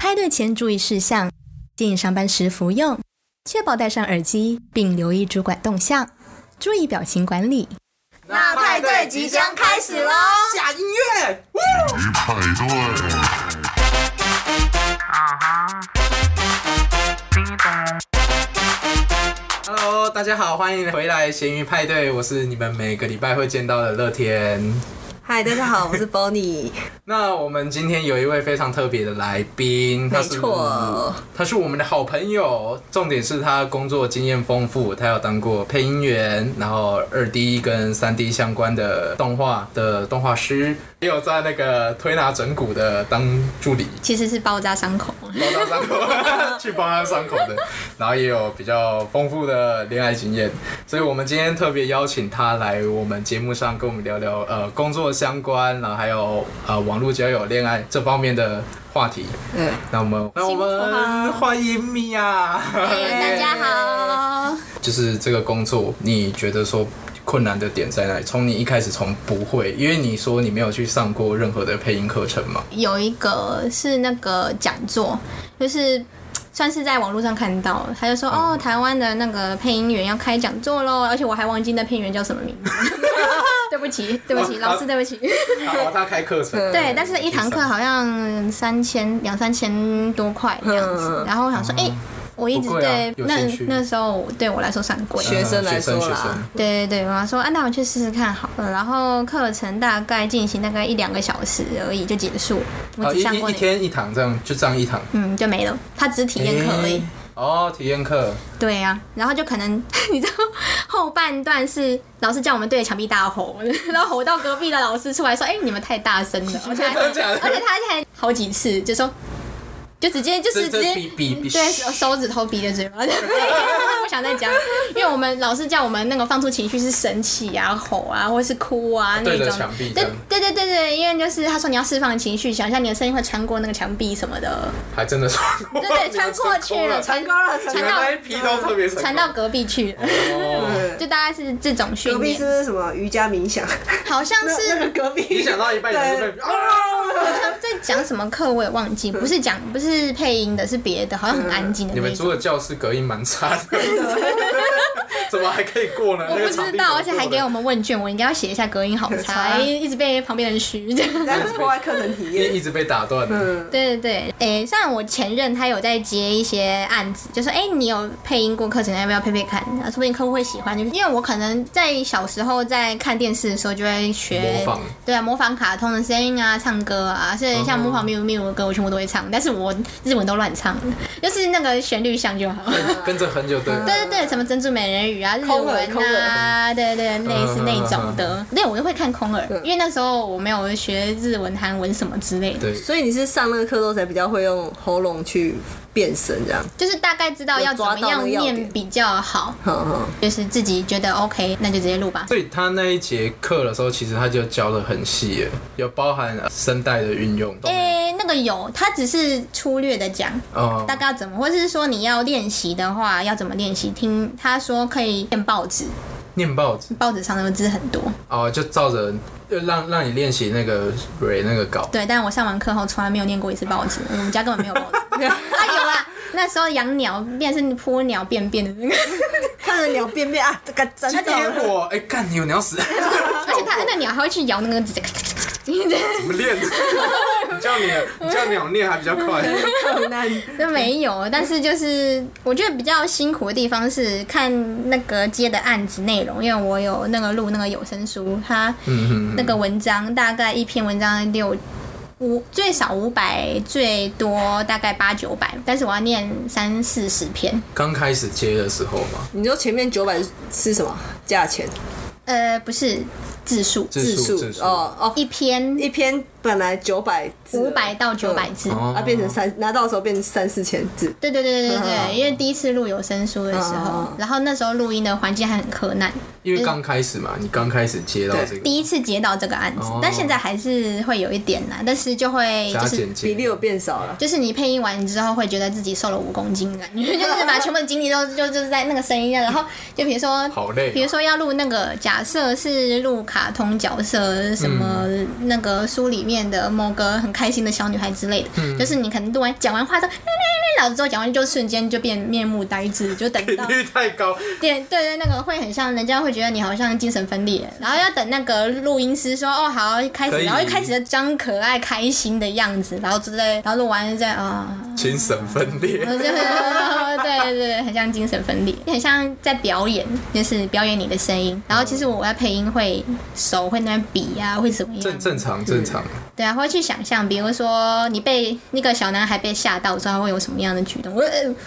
派对前注意事项，建议上班时服用，确保戴上耳机并留意主管动向，注意表情管理。 那派对即将开始咯， 下音乐， 派对。 Hello， 大家好，欢迎回来咸鱼派对，我是你们每个礼拜会见到的乐天。 嗨，大家好，我是 Bonnie。 那我们今天有一位非常特别的来宾， 没错， 他是我们的好朋友，重点是他工作经验丰富，他有当过配音员，然后2D 跟3D 相关的动画的动画师，也有在那个推拿整骨的当助理， 其实是包扎伤口， 去包扎伤口的，然后也有比较丰富的恋爱经验，所以我们今天特别邀请他来我们节目上跟我们聊聊工作相关，然后还有网络交友、恋爱这方面的话题。那我们欢迎米娅。 大家好。 就是这个工作，你觉得说困难的点在哪里？从你一开始从不会，因为你说你没有去上过任何的配音课程嘛？ 有一个是那个讲座，就是算是在网络上看到，他就说台湾的那个配音员要开讲座咯，而且我还忘记那配音员叫什么名字。对不起，老师，对不起。 他开课程。 对，但是一堂课好像2,000多块这样子，然后我想说，我一直对那时候对我来说算贵， 学生来说啦， 对，我说那我去试试看好了。然后课程大概进行大概1-2个小时而已就结束，我只上过一天一堂，这样一堂， 就没了。他只是体验课而已。 体验课。对啊，然后就可能你知道后半段是老师叫我们对着墙壁大吼，然后吼到隔壁的老师出来说：“你们太大声了。”而且他还好几次就说。就直接比对手指头比着嘴巴，不想再讲，因为我们老师叫我们那个放出情绪是生气啊、吼啊，或是哭啊那种。 对着墙壁。 对，因为就是他说你要释放情绪，想象你的声音会穿过那个墙壁什么的。 还真的穿过。 对，穿过去了，传到隔壁去了。就大概是这种训练。 隔壁是什么瑜伽冥想？ 好像是那个隔壁。 你想到一半就被好像在讲什么课我也忘记，不是配音的，是别的，好像很安静的那种。 你们租的教室隔音蛮差的，怎么还可以过呢？ 我不知道，而且还给我们问卷，我应该要写一下隔音好差，一直被旁边人嘘， 但是破坏课程体验， 一直被打断。 对，像我前任他有在接一些案子，就说你有配音过课程，要不要配看？说不定客户会喜欢，因为我可能在小时候在看电视的时候就会学模仿， 对啊，模仿卡通的声音啊，唱歌啊，所以像模仿咪咪的歌我全部都会唱，但是我日文都乱唱，就是那个旋律像就好。 跟着很久的。 对，什么珍珠美人鱼啊，日文啊，对，类似那种的。对，我就会看空耳，因为那时候我没有学日文、韩文什么之类的。 对， 所以你是上那个课之后才比较会用喉咙去变声，这样。 就是大概知道要怎么样念比较好，就是自己觉得 OK， 那就直接录吧。 所以他那一节课的时候，其实他就教得很细了，有包含声带的运用。 那个有，他只是粗略的讲，大概要怎么，或是说你要练习的话要怎么练习。听他说可以念报纸，报纸上的字很多就照着让你练习那个那个稿。 对，但我上完课后从来没有念过一次报纸，我们家根本没有报纸。有啦，那时候养鸟变是泼鸟便便的那个， 看着鸟便便啊，这个真的。 今天我干你鸟死！ 而且那鸟还会去咬那个纸。 怎么练？你叫鸟念还比较快。 都没有，但是就是我觉得比较辛苦的地方是看那个接的案子内容，因为我有那个录那个有声书，它那个文章大概一篇文章最少500，最多大概800-900，但是我要念30-40篇。 刚开始接的时候嘛， 你说前面900是什么价钱？ 不是字数一篇本来900字 ，500到900字， 变成拿到的时候变成3-4千字。 对，因为第一次录有声书的时候，然后那时候录音的环境还很困难， 因为刚开始嘛，你刚开始接到这个， 第一次接到这个案子，但现在还是会有一点难，但是就会就是比例有变少了， 就是你配音完之后会觉得自己瘦了5公斤感觉，就是把全部的精力都就是在那个声音上，然后就比如说好累， 比如说要录那个假设是录卡通角色什么那个书里面面的某个很开心的小女孩之类的，就是你可能录完讲完话之后，老子之后讲完就瞬间就变面目呆滞，就等到频率太高， 对，那个会很像，人家会觉得你好像精神分裂，然后要等那个录音师说哦好开始，然后一开始就装可爱开心的样子，然后之类，然后录完就在精神分裂， 对，很像精神分裂，很像在表演，就是表演你的声音。然后其实我在配音会手会那边比啊，会怎么样？ 正常。 对啊，会去想象，比如说你被那个小男孩被吓到之后，他会有什么样的举动？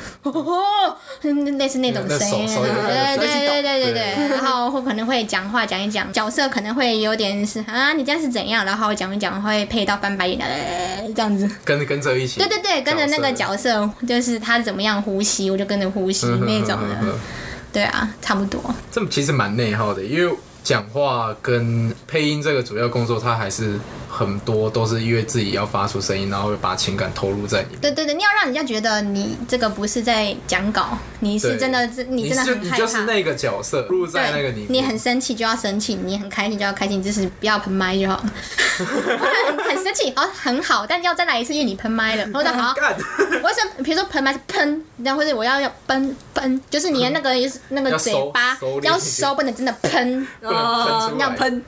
类似那种声音，对。然后可能会讲话讲一讲，角色可能会有点是你这样是怎样？然后讲一讲会配到翻白眼这样子， 跟着一起。 对，跟着那个角色，就是他怎么样呼吸，我就跟着呼吸那种的。对啊，差不多。 这其实蛮内耗的，因为讲话跟配音这个主要工作，它还是很多都是因为自己要发出声音，然后会把情感投入在里面。 对，你要让人家觉得你这个不是在讲稿，你是真的，你真的很害怕。 你就是那个角色，入在那个里面。 你很生气就要生气，你很开心就要开心，就是不要喷麦就好。我很生气，很好，但要再来一次，因为你喷麦了。我说好，我说比如说喷麦是喷，然后或者我要奔，就是你的那个嘴巴要收，不能真的喷。要喷，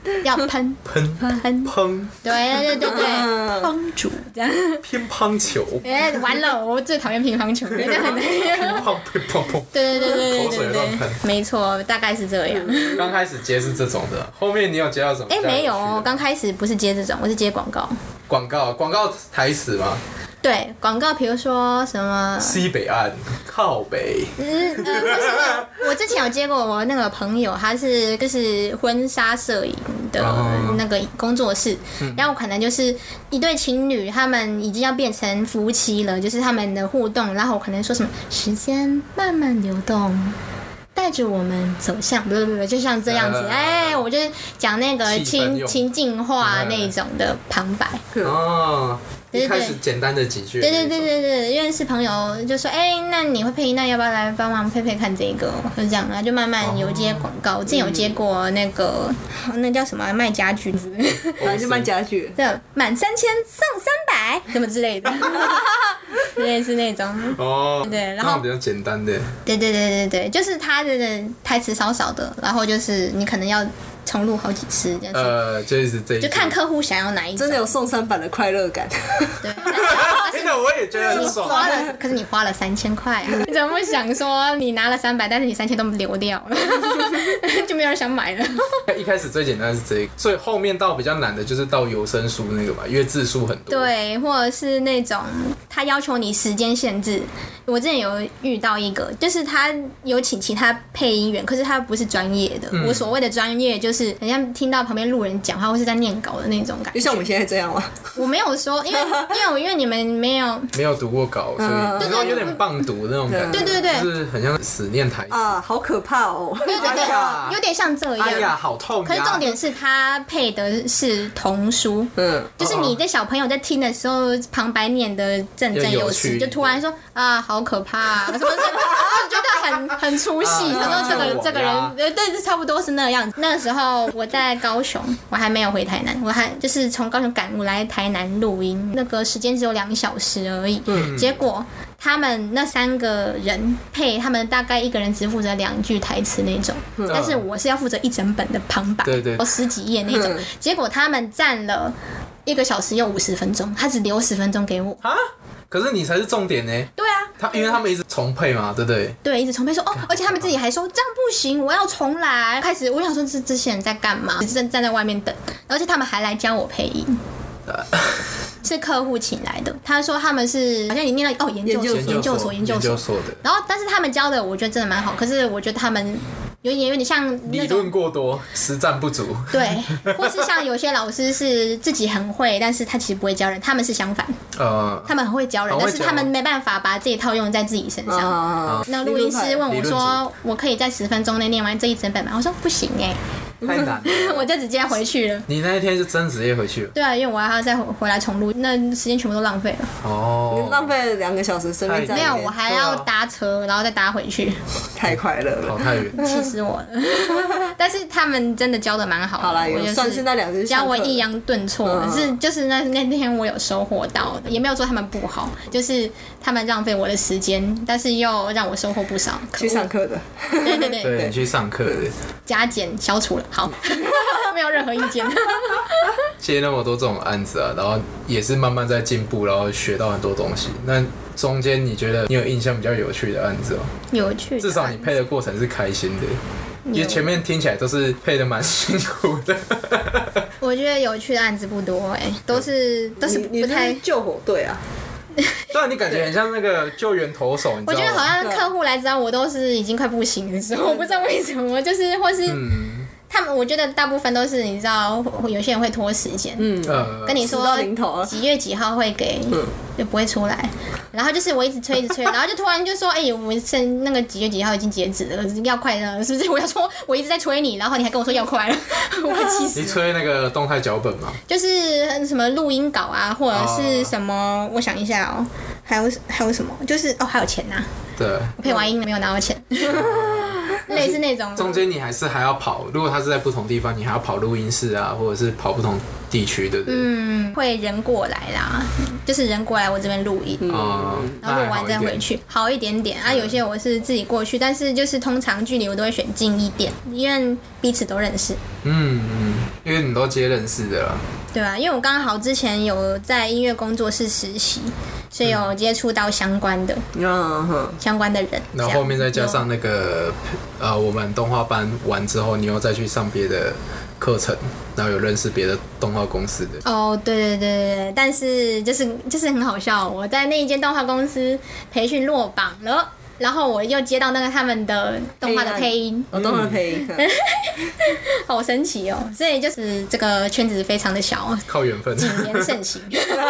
对，烹煮这样。 乒乓球， 完了，我最讨厌乒乓球，真的很乒乓， 对， 口水乱喷， 没错，大概是这样。 刚开始接是这种的，后面你有接到什么？ 没有，刚开始不是接这种，我是接广告台词吗？ 对，广告，比如说什么西北岸靠北， 不是，我之前有接过我那个朋友，他是就是婚纱摄影的那个工作室，然后可能就是一对情侣，他们已经要变成夫妻了，就是他们的互动，然后我可能说什么时间慢慢流动。带着我们走向，不，就像这样子，我就讲那个情境化那种的旁白。 一开始简单的几句。 对，认识朋友就说，那你会配音，那要不要来帮忙配看这个？就这样，然后就慢慢有接广告。我之前有接过那个，那叫什么卖家具之类的， 就卖家具， 对，满3000送300，什么之类的，类似那种。对，然后比较简单的。 对，就是他的台词少少的，然后就是你可能要重录好几次， 就是这一， 就看客户想要哪一种， 真的有送300的快乐感。 对， 真的我也觉得很爽。 可是你花了3000块，你怎么会想说你拿了300，但是你3000都流掉了，就没有人想买了？ 一开始最简单的是这个，所以后面到比较难的就是到有声书那个嘛，因为字数很多。 对，或者是那种他要求你时间限制。我之前有遇到一个，就是他有请其他配音员，可是他不是专业的。我所谓的专业，就是好像听到旁边路人讲话或是在念稿的那种感觉。 就像我们现在这样吗？ 我没有说，因为你们没有读过稿，所以你说有点棒读那种感觉。 对， 就是很像死念台词啊，好可怕哦。 对，有点像这样。 哎呀，好痛！ 可是重点是他配的是童书，就是你在小朋友在听的时候，旁白念的振振有词，就突然说好可怕，什么就觉得很出戏。他说这个人，对，差不多是那样子。那个时候我在高雄，我还没有回台南，我还就是从高雄赶路来台南录音，那个时间只有2小时而已。结果他们那3个人配，他们大概一个人只负责2句台词那种，但是我是要负责一整本的旁白，我10几页那种。结果他们占了1个小时又50分钟，他只留10分钟给我。 可是你才是重点呢。 对啊， 因为他们一直重配嘛，对不对？ 对，一直重配说而且他们自己还说这样不行，我要重来。开始我想说这些人在干嘛？站在外面等，而且他们还来教我配音。是客户请来的，他说他们是好像你念到研究所的，然后但是他们教的我觉得真的蛮好，可是我觉得他们有点像理论过多，实战不足。 对，或是像有些老师是自己很会，但是他其实不会教人，他们是相反，他们很会教人，但是他们没办法把这一套用在自己身上。那录音师问我说：“我可以在10分钟内念完这一整本吗？”我说：“不行太难了。” 我就直接回去了。 你那一天就真直接回去了？ 对啊，因为我还要再回来重录，那时间全部都浪费了。 你浪费了2个小时，顺便没有，我还要搭车，然后再搭回去。 太快乐了， 跑太远。 气死我了。但是他们真的教的蛮好的， 好啦， 我就是有算是那2只教我抑扬顿挫，就是那天我有收获到的，也没有说他们不好，就是他们浪费我的时间，但是又让我收获不少。 去上课的， 对对对， 对，你去上课的， 加减消除了，好，没有任何意见。 接那么多这种案子啊，然后也是慢慢在进步，然后学到很多东西。那中间你觉得你有印象比较有趣的案子吗？ 有趣的案子， 至少你配的过程是开心的，因为前面听起来都是配的蛮辛苦的。 我觉得有趣的案子不多都是你不太是救火队啊？ 对啊，你感觉很像那个救援投手，你知道吗？ 我觉得好像客户来找我都是已经快不行的时候，我不知道为什么，就是或是他们，我觉得大部分都是你知道，有些人会拖时间，跟你说死到临头了几月几号会给，就不会出来。然后就是我一直催，然后就突然就说，我们那个几月几号已经截止了，要快了，是不是？我要说我一直在催你，然后你还跟我说要快了，我快气死了。 你催那个动态脚本吗？ 就是什么录音稿啊，或者是什么，我想一下哦，还有什么？就是还有钱啊。 对， 我配完音没有拿到钱。类似那种中间你还要跑，如果他是在不同地方，你还要跑录音室啊，或者是跑不同地区，对不对？ 会人过来啦，就是人过来我这边录音，然后录完再回去，好一点点啊。有些我是自己过去，但是就是通常距离我都会选近一点，因为彼此都认识。 因为你都接认识的啦。 对啊，因为我刚好之前有在音乐工作室实习，所以有接触到相关的人。 然后后面再加上那个我们动画班完之后，你又再去上别的课程，然后有认识别的动画公司的。 对，但是就是很好笑，我在那一间动画公司培训落榜了。然后我又接到那个他们的动画的配音， 动画配音， 好神奇哦！所以就是这个圈子非常的小， 靠缘分， 谨言慎行。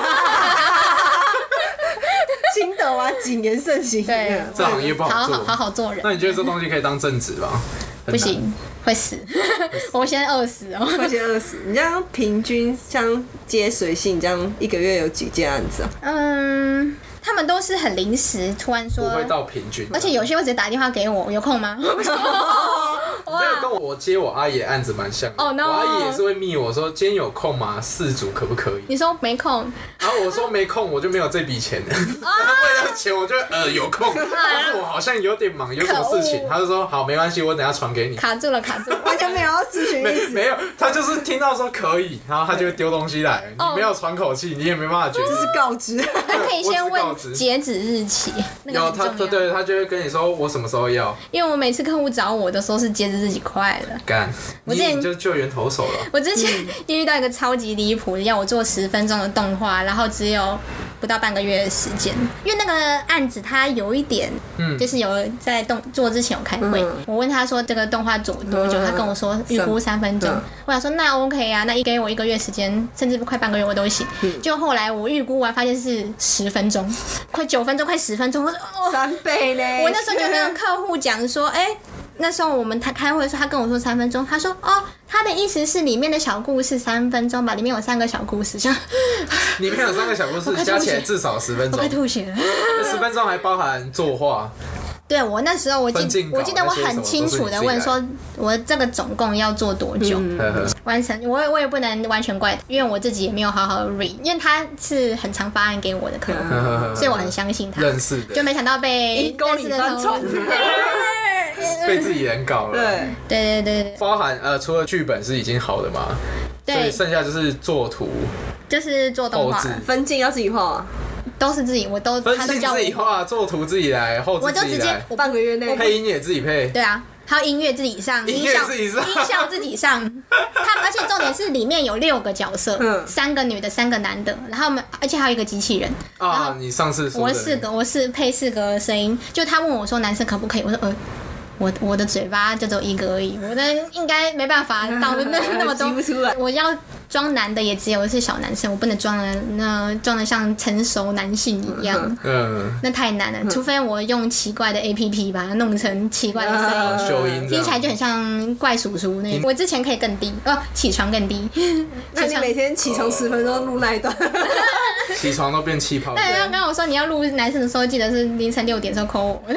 心得啊，谨言慎行。 对， 这行业不好做， 好做人。 那你觉得这东西可以当正职吗？ 不行，会死，我先饿死哦， 会先饿死。你这样平均像接随性这样一个月有几件案子啊？ 他们都是很临时，突然说不会到平均， 而且有些会直接打电话给我，有空吗？ 这个跟我接我阿姨的案子蛮像的。 Oh no！ 我阿姨也是会密我说今天有空吗？4组可不可以？ 你说没空， 然后我说没空，我就没有这笔钱了。为了钱，我就有空，但是我好像有点忙，有什么事情，他就说好没关系，我等下传给你。 卡住了， 完全没有要咨询意思。 没有，他就是听到说可以，然后他就会丢东西来，你没有喘口气，你也没办法决定。 这是告知， 还可以先问截止日期。 有他，对，他就会跟你说我什么时候要。因为我每次客户找我的时候是截止日期快了。 干，你就救援投手了。 我之前遇到一个超级离谱的，要我做10分钟的动画，然后只有不到半个月的时间。因为那个案子它有一点，就是有在做之前有开会，我问他说这个动画做多久，他跟我说预估3分钟。我想说那 OK 啊，那给我1个月时间，甚至快半个月我都行。就后来我预估完发现是10分钟，快9分钟，快10分钟，我说 3倍嘞！ 我那时候就跟客户讲说，那时候我们开会的时候，他跟我说3分钟，他说他的意思是里面的小故事3分钟吧，里面有3个小故事，像里面有3个小故事，加起来至少10分钟， 我快吐血了。 10分钟还包含作画。 对，我那时候我记得我很清楚的问说，我这个总共要做多久完成？我也不能完全怪他，因为我自己也没有好好 read， 因为他是很常发案给我的客户，所以我很相信他。 认识的， 就没想到被沟里翻船。 被自己人搞了。 对， 包含除了剧本是已经好的嘛，所以剩下就是作图， 就是做动画， 分镜要自己画， 都是自己， 分镜自己画，作图自己来，后置自己来， 我半个月内配音也自己配， 对啊。还有音乐自己上， 音乐自己上， 音效自己上。而且重点是里面有6个角色，3个女的，3个男的，然后而且还有一个机器人。 你上次说的我是配4个声音。就他问我说男生可不可以，我说我的嘴巴就只有1个而已，我的应该没办法到那么多， 挤不出来。 我要装男的也只有是小男生，我不能装的像成熟男性一样，那太难了。除非我用奇怪的 APP 把它弄成奇怪的声音， 修音， 听起来就很像怪叔叔那。我之前可以更低，起床更低。 那你每天起床10分钟录那一段？ 起床都变气泡。 对，刚刚我说你要录男生的时候，记得是凌晨6点的时候 call 我。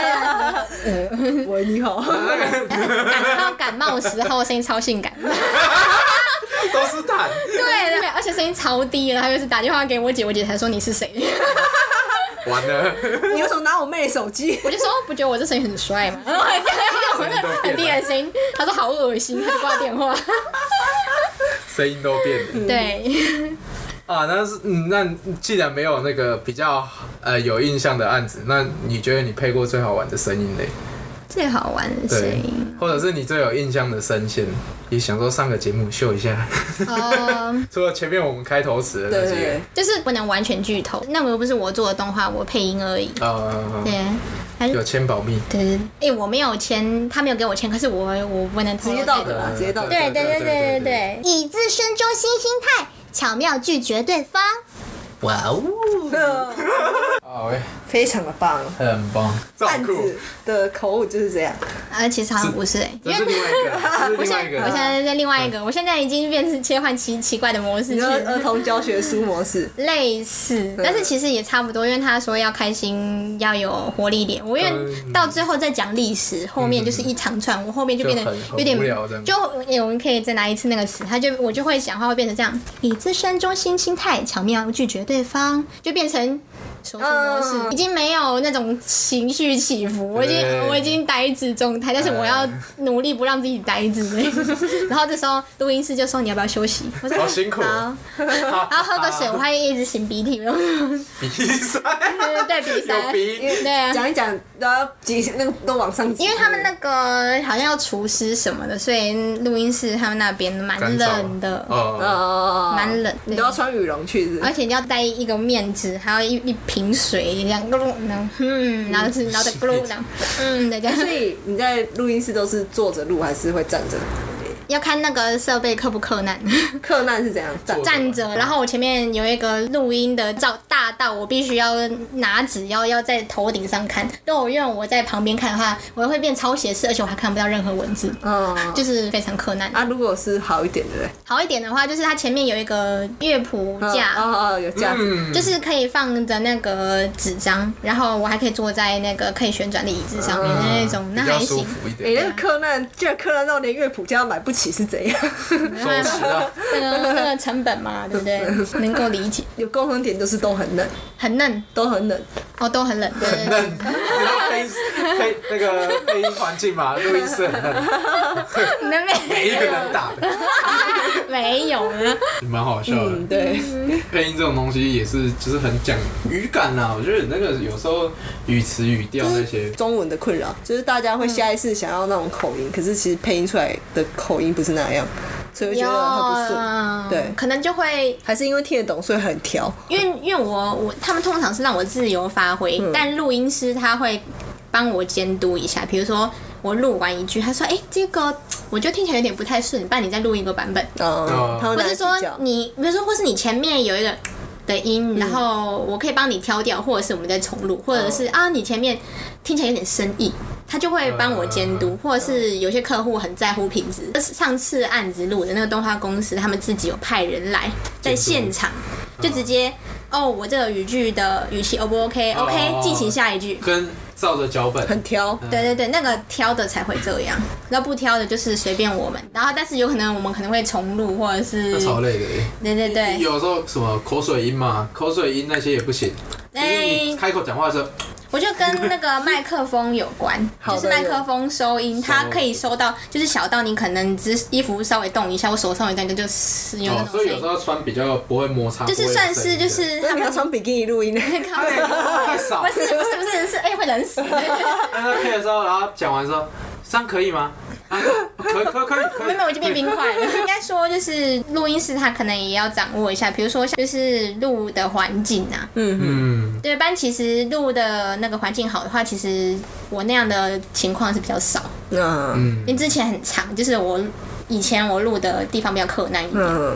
喂，你好。 感冒时候声音超性感。 都是痰。 对，而且声音超低了。他就是打电话给我姐，我姐才说你是谁。 完了。 你为什么拿我妹的手机？ 我就说不觉得我这声音很帅吗？然后很低的声音，他说好恶心，他就挂电话。 声音都变了。 对。 啊，那既然没有那个比较有印象的案子，那你觉得你配过最好玩的声音嘞？ 最好玩的声音， 或者是你最有印象的声线，也想说上个节目秀一下。除了前面我们开头词的那些， 就是不能完全剧透。那个不是我做的动画，我配音而已。对， 有签保密。 对，我没有签，他没有给我签，可是我不能直接到的啦，直接到的。 对，以自身中心心态巧妙拒绝对方。 哇哦！好非常的棒， 很棒。 案子的口吻就是这样。 其实好像不是这是另外一个， 我现在在另外一个，我现在已经变成切换奇怪的模式， 你说儿童教学书模式， 类似，但是其实也差不多，因为他说要开心，要有活力一点。我因为到最后再讲历史，后面就是一长串，我后面就变得有点无聊， 就我们可以再拿一次那个词，我就会讲话会变成这样，以自身中心心态巧妙拒绝对方，就变成手术模式，已经没有那种情绪起伏，我已经呆滞状态，但是我要努力不让自己呆滞。然后这时候录音师就说你要不要休息？我说好辛苦。 好，然后喝个水，我还一直擤鼻涕。 比赛？ 对，比赛。对啊， 讲一讲，然后那个都往上挤。 因为他们那个好像要除湿什么的，所以录音室他们那边蛮冷的，蛮冷。 你都要穿羽绒去是不是？ 而且你要带一个面纸，还有一瓶水，这样咕噜，然后再咕噜，这样，对，这样。 所以你在录音室都是坐着录还是会站着？ 要看那个设备克不克难。 克难是怎样？ 站着，然后我前面有一个录音的大道，我必须要拿纸要在头顶上看。因为我在旁边看的话，我会变超斜视，而且我还看不到任何文字，就是非常克难。 如果是好一点的嘞？ 好一点的话，就是它前面有一个乐谱架， 有架子， 就是可以放着那个纸张，然后我还可以坐在那个可以旋转的椅子上面的那种，那还行。 那个克难，居然克难到连乐谱架都买不起是怎样？ 那个成本嘛，对不对？能够理解。 有共同点都是都很嫩， 很嫩， 都很冷。 都很冷， 很嫩。那个配音环境嘛，录音室很嫩。每一个人打的。 没有啊。 蛮好笑的。 对。 配音这种东西也是，就是很讲语感啦。我觉得那个有时候语词语调那些， 中文的困扰就是大家会下意识想要那种口音，可是其实配音出来的口音不是那样，所以我觉得很不顺。对， 可能就会还是因为听得懂，所以很挑。 因为我他们通常是让我自由发挥，但录音师他会帮我监督一下，比如说我录完一句，他说：“这个我觉得听起来有点不太顺，不然你再录一个版本。”或是说比如说，或是你前面有一个的音，然后我可以帮你挑掉，或者是我们再重录，或者是你前面听起来有点生硬，他就会帮我监督，或者是有些客户很在乎品质。上次案子录的那个动画公司，他们自己有派人来在现场，就直接我这个语句的语气 O 不 OK？OK， 进行下一句。 跟照着脚本很挑。 对，那个挑的才会这样，然后不挑的就是随便我们。然后但是有可能我们可能会重录，或者是超累的。 对。 有时候什么口水音嘛，口水音那些也不行。你开口讲话的时候。 我就跟那个麦克风有关，就是麦克风收音，它可以收到，就是小到你可能只衣服稍微动一下，我手稍微动一下就是有那种声音。 所以有时候穿比较不会摩擦， 就是算是就是他们要穿比基尼录音的， 太少。 不是会冷死。 那配的时候，然后讲完说，这样可以吗？可以。 没有，我已经变冰块了。应该说就是录音室，他可能也要掌握一下，比如说就是录的环境啊。对，不然其实录的那个环境好的话，其实我那样的情况是比较少。因为之前很长，就是以前我录的地方比较困难一点。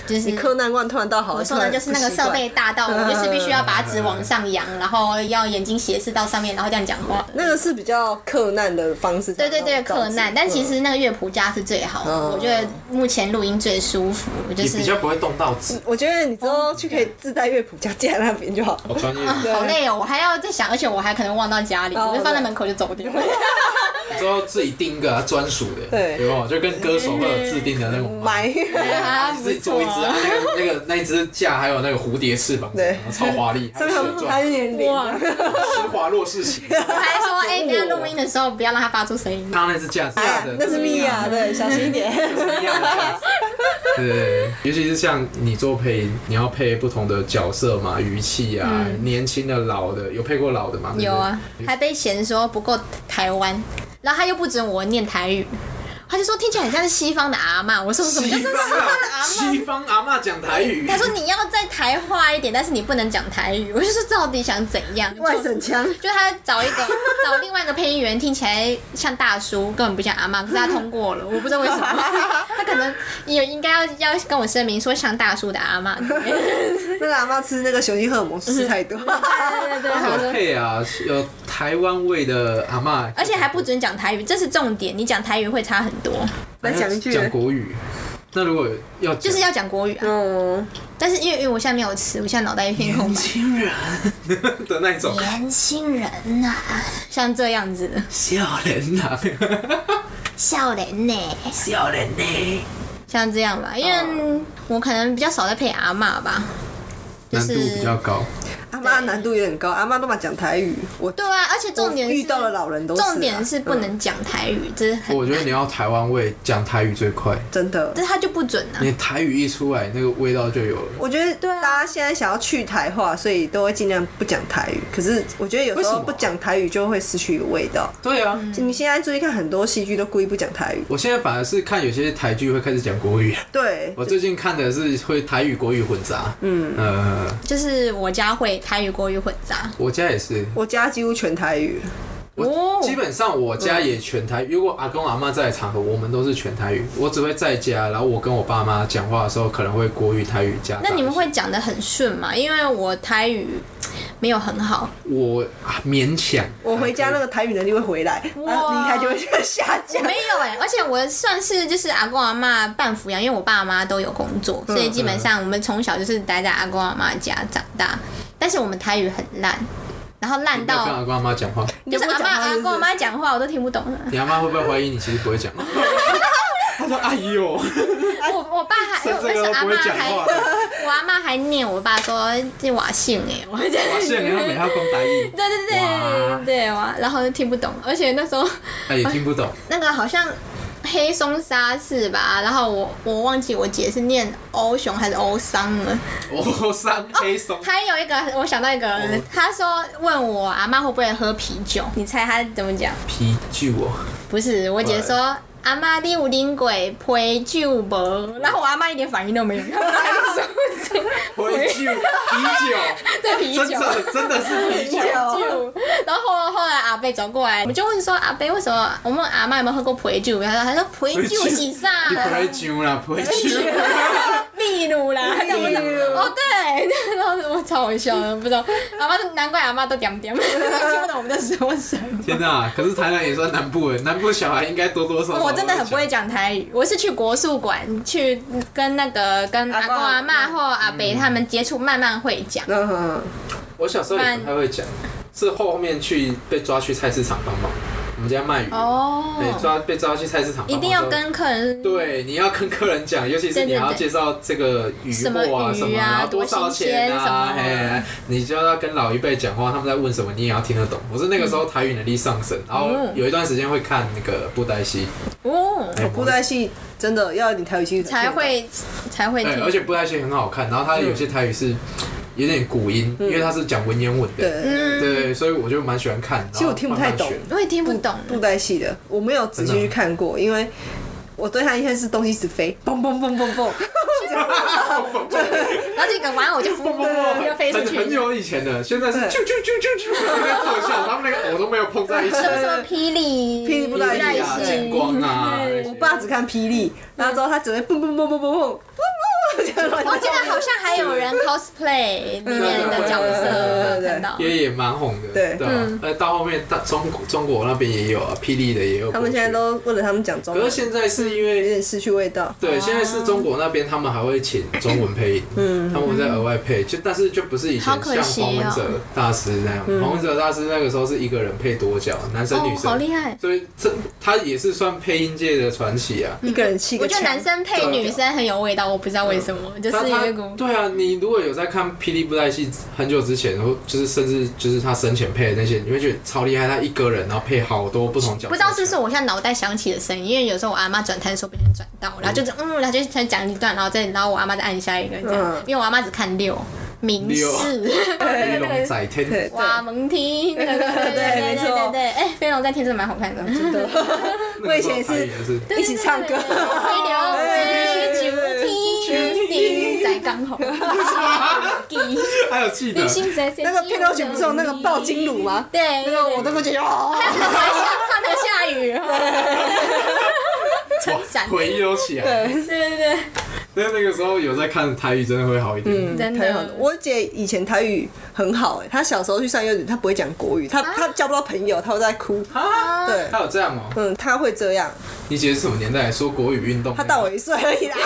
就是你柯南1突然到好， 我说的就是那个设备大到我就是必须要把纸往上扬，然后要眼睛斜视到上面，然后这样讲话。 那个是比较克难的方式。 对，克难。但其实那个乐谱架是最好的，我觉得目前录音最舒服，就是比较不会动到纸。 我觉得你之后去可以自带乐谱架架在那边就好。 好专业。 好累哦，我还要再想，而且我还可能忘到家里，我就放在门口就走掉。 你之后自己定一个专属的， 对， 有没有？就跟歌手会有自定的那种麦， 自己做一只那一只架，还有那个蝴蝶翅膀， 对， 超华丽，还有旋转， 还有点脸， 施华洛世奇。 我还说，等一下录音的时候不要让它发出声音。 刚刚那只架子， 那是米娅，对，小心一点。 米娅的架子。对，尤其是像你做配音，你要配不同的角色嘛，语气啊，年轻的、老的，有配过老的吗？ 有啊，还被嫌说不够台湾，然后他又不准我念台语。他就说听起来很像是西方的阿嬷，我说什么叫西方的阿嬷？ 西方阿嬷讲台语。 他说你要再台化一点，但是你不能讲台语。我就说到底想怎样？ 外省腔。 就他找另外一个配音员，听起来像大叔，根本不像阿嬷，可是他通过了，我不知道为什么。他可能也应该要跟我声明说像大叔的阿嬷。 那个阿嬷吃那个雄性荷尔蒙吃太多。 对， 有配啊，有台湾味的阿嬷， 而且还不准讲台语，这是重点。你讲台语会差很多。 来讲一句， 讲国语。那如果要就是要讲国语啊。但是因为我现在没有词，我现在脑袋一片空白。 年轻人的那种。 年轻人呐，像这样子的。 少年呐。 少年呢？ 少年呢？ 像这样吧，因为我可能比较少在配阿嬷吧。 难度比较高。 阿嬷难度也很高，阿嬷都嘛讲台语。 对啊，而且重点是遇到的老人都是。 重点是不能讲台语，这是很难。 我觉得你要台湾味，讲台语最快。 真的。 但是他就不准啊。 你台语一出来，那个味道就有了。 我觉得大家现在想要去台化，所以都会尽量不讲台语。可是我觉得有时候不讲台语就会失去一个味道。 对啊。 你现在注意看很多戏剧都故意不讲台语。 我现在反而是看有些台剧会开始讲国语。 对。 我最近看的是会台语国语混杂。 就是我家会台语国语混杂。 我家也是。 我家几乎全台语。 基本上我家也全台语。如果阿公阿嬷在的场合，我们都是全台语。我只会在家，然后我跟我爸妈讲话的时候，可能会国语台语加。 那你们会讲得很顺吗？因为我台语没有很好。 我勉强。 我回家那个台语能力会回来，离开就会下降。 没有而且我算是就是阿公阿嬷半抚养，因为我爸妈都有工作，所以基本上我们从小就是待在阿公阿嬷家长大。但是我们台语很烂。然后烂到跟阿公阿妈讲话， 就是阿公阿妈讲话我都听不懂。 你阿妈会不会怀疑你其实不会讲？他说：“哎呦， 我爸还， 这个都不会讲话。 我阿妈还念我爸说这瓦姓哎， 瓦姓你要每他讲台语。 对，然后就听不懂，而且那时候也听不懂。 那个好像。黑松沙士吧，然后我忘记我姐是念欧熊还是欧桑了。 欧桑黑松。 还有一个，我想到一个，他说问我阿嬷会不会喝啤酒，你猜他怎么讲？ 啤酒哦。 不是，我姐说阿嬷你有啉过啤酒无？然后我阿嬷一点反应都没有。啤酒，啤酒， 对啤酒， 真的是啤酒。 然后后来阿伯走过来，我们就问说阿伯为什么？我问阿嬷有没有喝过啤酒？他说啤酒是啥？ 啤酒啦，啤酒。 秘鲁啦，哦对，然后我超好笑的，不知道阿嬷难怪阿嬷都点听不懂我们在说什么。 天哪！可是台南也算南部的，南部小孩应该多多少少。 我真的很不会讲台语，我是去国术馆去跟阿公阿嬷或阿伯他们接触，慢慢会讲。 我小时候也不太会讲，是后面被抓去菜市场帮忙。我们家卖鱼被抓去菜市场， 一定要跟客人。 对，你要跟客人讲，尤其是你还要介绍这个鱼货啊什么，然后多少钱啊，你就要跟老一辈讲话，他们在问什么你也要听得懂。我是那个时候台语能力上升，然后有一段时间会看那个布袋戏。 布袋戏真的要你台语清楚才会听， 而且布袋戏很好看，然后它有些台语是。有点古音，因为他是讲文言文的，对，所以我就蛮喜欢看。 其实我听不太懂， 我也听不懂布袋戏的，我没有仔细去看过，因为我对他印象是东西一直飞，蹦蹦蹦蹦蹦， 然后这个玩偶就就飞出去。 很久以前的，现在是啾啾啾啾啾那个特效，他们那个偶都没有碰在一起。 什么霹雳布袋戏啊，金光啊， 我爸只看霹雳，然后之后他只会蹦蹦蹦蹦蹦蹦。 不能讲乱讲。 我记得好像还有人 cosplay 里面的角色，我有看到。 也蛮红的， 对吧？到后面中国那边也有啊，霹雳的也有。 他们现在都为了他们讲中文， 可是现在是因为有点失去味道。 对，现在是中国那边他们还会请中文配音，他们会再额外配，但是就不是以前像黄文哲大师那样，黄文哲大师那个时候是一个人配多角，男生女生， 好厉害。 所以他也是算配音界的传奇啊。 一个人7个。 我觉得男生配女生很有味道，我不知道为什么，就是有一股。 对啊，你如果有在看霹雳布袋戏很久之前，然后就是甚至就是他生前配的那些，你会觉得超厉害，他一个人然后配好多不同角色。 不知道是不是我现在脑袋想起的声音，因为有时候我阿妈转台的时候不小心转到，然后就是然后就才讲一段，然后我阿妈再按下一个这样，因为我阿妈只看6。明示， 飞龙在天， 哇，蒙梯，那个对， 没错， 对，哎，飞龙在天真的蛮好看的，真的。 我以前也是一起唱歌， 飞流去天在刚好， 还有记得那个片头曲不是有那个爆金乳吗？ 对， 那个我都会觉得哦， 怕那个下雨， 回忆都起来， 对。 那个时候有在看台语，真的会好一点。 真的， 我姐以前台语很好她小时候去上幼稚园，她不会讲国语，她交不到朋友，她会在哭。对， 她有这样哦。 她会这样。 你姐是什么年代？说国语运动？ 她大我1岁而已啦。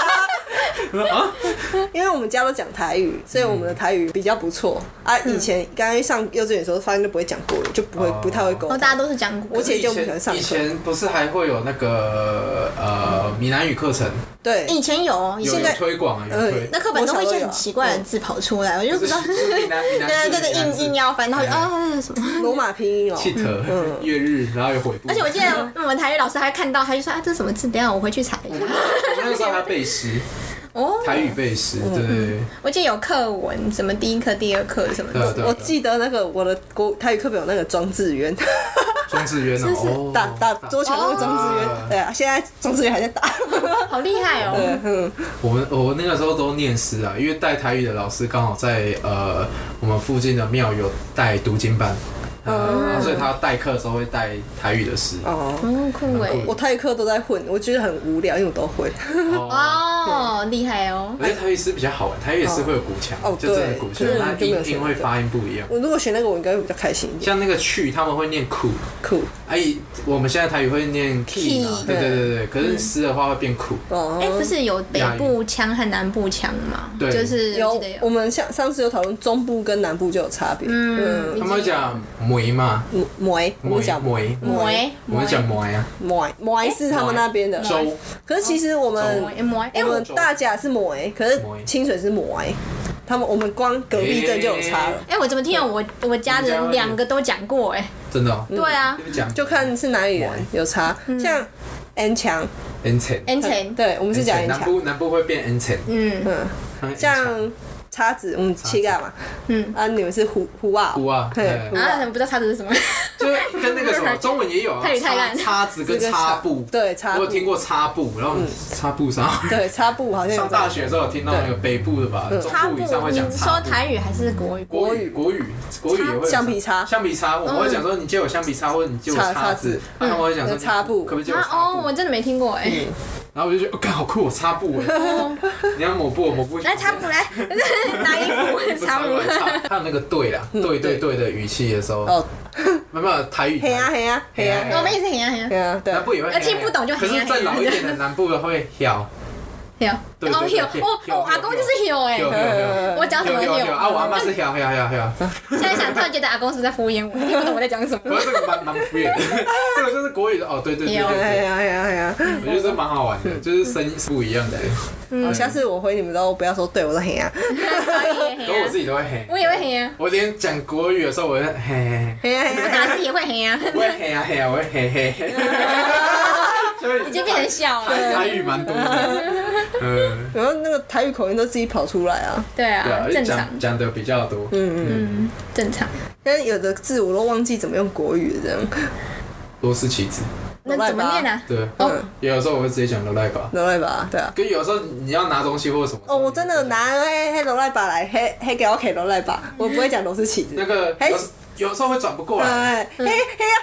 因为我们家都讲台语，所以我们的台语比较不错啊。以前刚刚上幼稚园的时候，发现就不会讲国语，就不太会沟通。 大家都是讲国语。 我姐就不喜欢上课。 以前不是还会有那个闽南语课程？ 对， 以前有， 现在推广啊，有推。 那课本都会一些很奇怪的字跑出来，我就不知道。对，硬要翻，然后什么罗马拼音哦， 气特月日，然后又回部。 而且我记得我们台语老师还看到，他就说这是什么字？等一下我回去查一下。 我那时候还背诗。台语背诗，对。 我记得有课文，什么第1课、第2课什么的。 我记得那个我的台语课本有那个庄智渊。 庄智渊哦， 打桌球那个庄智渊，对啊，现在庄智渊还在打， 好厉害哦。 我那个时候都念诗啊，因为带台语的老师刚好在我们附近的庙有带读经班。所以他代课的时候会带台语的诗。 酷哎！ 我台语课都在混，我觉得很无聊，因为我都会。 厉害哦！ 而且台语诗比较好玩，台语诗会有鼓腔，就真的鼓腔，它音会发音不一样。 我如果学那个，我应该会比较开心一点。 像那个去，他们会念酷，我们现在台语会念 key 嘛？对。可是诗的话会变酷。 不是有北部腔和南部腔吗？ 对， 就是有。我们上次有讨论中部跟南部就有差别。 他们会讲梅嘛， 梅，我们讲梅，我们讲梅啊， 梅是他们那边的州。 可是其实我们大甲是梅，可是清水是梅。我们光隔壁镇就有差了。 我怎么听我家人2个都讲过真的？ 对啊， 就看是哪里人有差，像 N 强 N 层， 对，我们是讲 N 强， 南部会变 N 层， 像叉子，我们膝盖嘛，你们是胡啊， 对，不知道叉子是什么， 就跟那个什么中文也有啊，叉子跟擦布， 对， 我有听过擦布，然后擦布上， 对，擦布好像上大学的时候有听到那个北部的吧，中部以上会讲擦布。 说台语还是国语？ 国语也会橡皮擦， 我们会讲说你借我橡皮擦，或者你借我叉子，他们会讲说擦布， 可不可以借我擦布？ 我真的没听过然后我就觉得，干好酷，我擦布你要抹布， 来擦布来，拿衣服擦布。 还有那个对啦，对的语气的时候，没办法，台语。 嘿啊， 我们也是嘿啊， 对。 南部也会。 听不懂就嘿啊。 可是再老一点的南部的会晓。 对，我阿公就是晓我讲什么晓我阿妈是晓。 现在想突然觉得阿公是在敷衍我，听不懂我在讲什么。 不是这个蛮敷衍的，这个就是国语的对。我觉得这蛮好玩的，就是声音是不一样的。 下次我回你们都不要说对，我说嘿啊。 可我自己都会嘿。 我也会嘿啊。 我连讲国语的时候，我会嘿。 我打字也会嘿啊。 我会嘿啊，我会嘿。 已经变成笑了。 台语蛮多的。 然后那个台语口音都自己跑出来啊。 对啊，正常。 讲的比较多。 正常。 但是有的字我都忘记怎么用国语这样。 螺丝起子。 那怎么念啊？ 对，有的时候我会直接讲罗赖吧。 罗赖吧，对啊。 跟有时候你要拿东西或者什么。 我真的拿黑罗赖吧来黑给我罗赖吧，我不会讲螺丝起子。 那个有时候会转不过来。 嘿呀。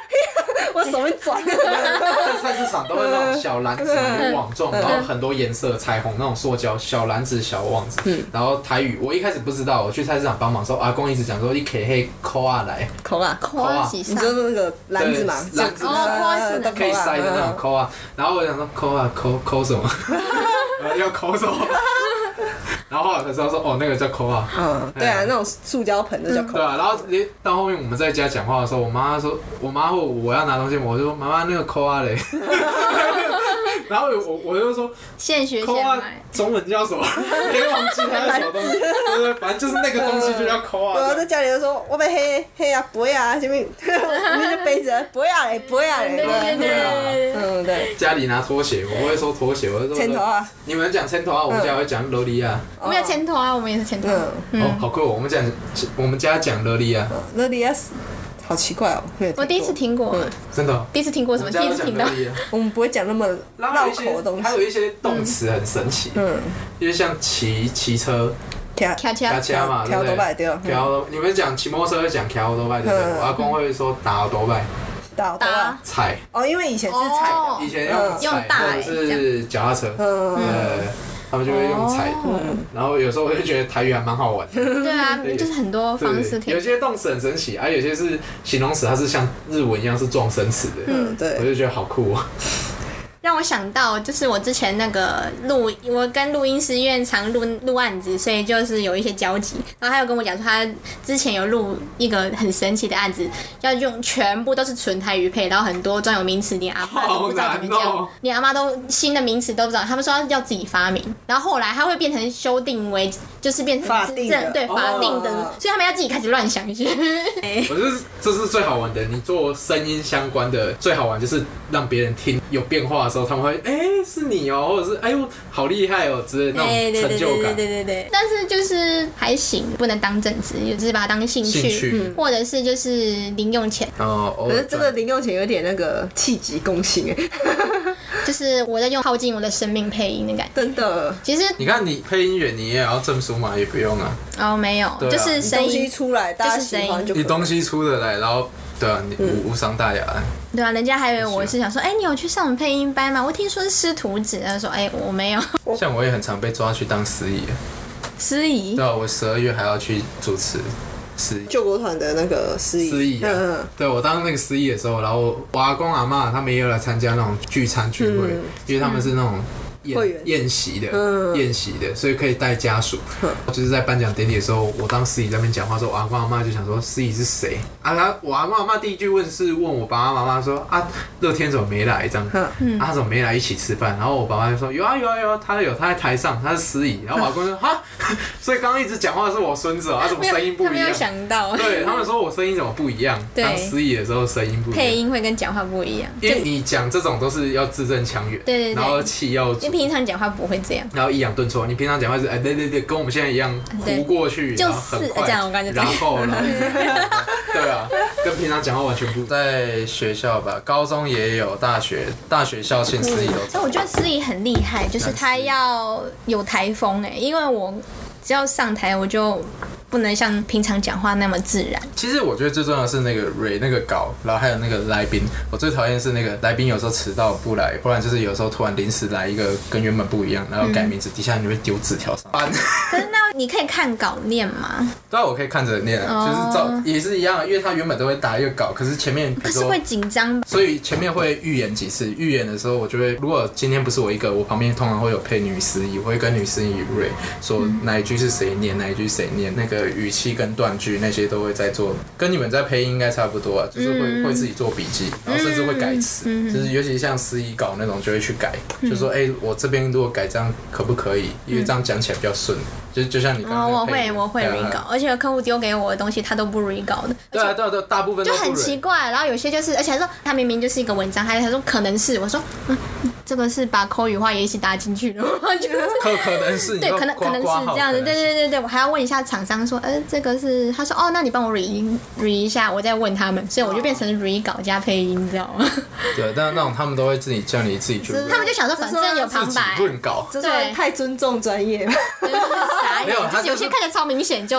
我手一转。 在菜市场都会那种小篮子网状，然后很多颜色彩虹那种塑胶小篮子小网子。然后台语我一开始不知道，我去菜市场帮忙的时候，阿公一直讲说你可以抠啊来， 抠啊， 你你说那个篮子嘛， 篮子都可以塞的那种抠啊。然后我想说抠啊抠什么？要抠什么？然后后来才知道说哦，那个叫抠啊。 对啊，那种塑胶盆的叫抠。 对啊，然后到后面我们在家讲话的时候，我妈或我要拿东西，我就说妈妈那个抠啊嘞。然后我就说现学抠啊现卖， 中文叫什么？别忘记它是什么东西，对不对？反正就是那个东西就叫抠啊。 对啊，在家里就说我被黑啊，不会啊，前面那就杯子不会啊嘞，不会啊嘞。 对， 对。 家里拿拖鞋，我不会说拖鞋，我会说牵头啊。 你们讲牵头啊，我们家会讲萝莉啊。 我们有牵头啊，我们也是牵头。 哦，好酷！我们家讲萝莉啊。 萝莉啊。好奇怪哦！ 我第一次听过， 真的。 第一次听过什么？第一次听到。 我们不会讲那么绕口的东西。 还有一些动词很神奇，因为像骑车， 卡嘛，对不对？你们讲骑摩托车会讲卡多拜，对不对？我阿公会说打多拜， 打踩。 哦，因为以前是踩的， 以前用踩或者是脚踏车，他们就会用踩，然后有时候我就觉得台语还蛮好玩的。 对啊，就是很多方式可以。 有些动词很神奇，有些是形容词，它是像日文一样是撞声词的。 对， 我就觉得好酷哦。 让我想到，就是我之前那个我跟录音师因为常录案子，所以就是有一些交集。然后他有跟我讲说，他之前有录一个很神奇的案子，要用全部都是纯台语配，然后很多专有名词，连阿嬤都不知道怎么叫，连阿嬤都新的名词都不知道。他们说要自己发明，然后后来他会变成修订为，就是变成法定的， 对法定的，所以他们要自己开始乱想一些。 我觉得这是最好玩的，你做声音相关的最好玩就是让别人听有变化的时候，他们会是你哦，或者是哎呦好厉害哦之类的那种成就感。 对。但是就是还行，不能当正职，就是把它当兴趣，或者是就是零用钱。 可是这个零用钱有点那个气急攻心哎。 就是我在耗尽我的生命配音的感觉。 真的。 其实你看你配音员，你也要证书嘛？也不用啊。 哦，没有，就是声音东西出来，大家喜欢就可以。 你东西出得来，然后。对啊，你无伤大雅。 对啊，人家还以为我是想说，你有去上配音班吗？我听说是师徒制，他说，我没有。 像我也很常被抓去当司仪。 司仪？ 对啊，我12月还要去主持司仪。 救国团的那个司仪。 司仪啊。对，我当那个司仪的时候，然后我阿公阿嬷他们也有来参加那种聚餐聚会，因为他们是那种。宴席的，所以可以带家属。就是在颁奖典礼的时候，我当司仪在那边讲话的时候，我阿公阿嬷就想说司仪是谁啊？我阿公阿嬷第一句是问我爸爸妈妈说啊，乐天怎么没来这样？他怎么没来一起吃饭？然后我爸爸就说有啊，他在台上，他是司仪。然后我阿公说哈，所以刚刚一直讲话的是我孙子哦，他怎么声音不一样？ 他没有想到， 对他们说我声音怎么不一样？当司仪的时候声音不一样， 配音会跟讲话不一样， 因为你讲这种都是要字正腔圆， 对， 然后气要足。 平常讲话不会这样， 然后抑扬顿挫。你平常讲话是对，跟我们现在一样糊过去， 就然后很快， 这样我感觉。 然后对啊，跟平常讲话完全不一样。在学校吧，高中也有，大学校庆司仪都。 所以我觉得司仪很厉害，就是他要有台风因为我只要上台我就。不能像平常讲话那么自然。 其实我觉得最重要的是那个蕊那个稿，然后还有那个来宾。我最讨厌是那个来宾有时候迟到不来，不然就是有时候突然临时来一个跟原本不一样，然后改名字，底下你会丢纸条上。 可是那你可以看稿念吗？ 对啊，我可以看着念，就是也是一样，因为他原本都会打一个稿，可是前面可是会紧张吧？ 所以前面会预演几次，预演的时候我就会，如果今天不是我一个，我旁边通常会有配女司仪，我会跟女司仪蕊说哪一句是谁念，哪一句谁念，那个语气跟断句那些都会在做，跟你们在配音应该差不多啊，就是会自己做笔记，然后甚至会改词，就是尤其像司仪稿那种就会去改，就说我这边如果改这样可不可以？因为这样讲起来比较顺。就像你刚刚我会 re 稿，而且客户丢给我的东西他都不 re 稿的。 对啊，大部分都就很奇怪。然后有些就是，而且他说他明明就是一个文章，他说可能是，我说这个是把口语化也一起打进去了， 可能是， 对，可能是这样子，对，我还要问一下厂商说，这个是，他说那你帮我 re 一下，我再问他们，所以我就变成 re 稿加配音，你知道吗？ 对，但那种他们都会自己叫你自己去， 他们就想说反正有旁白， 润稿， 这是太尊重专业了。 没有，他有些看起来超明显就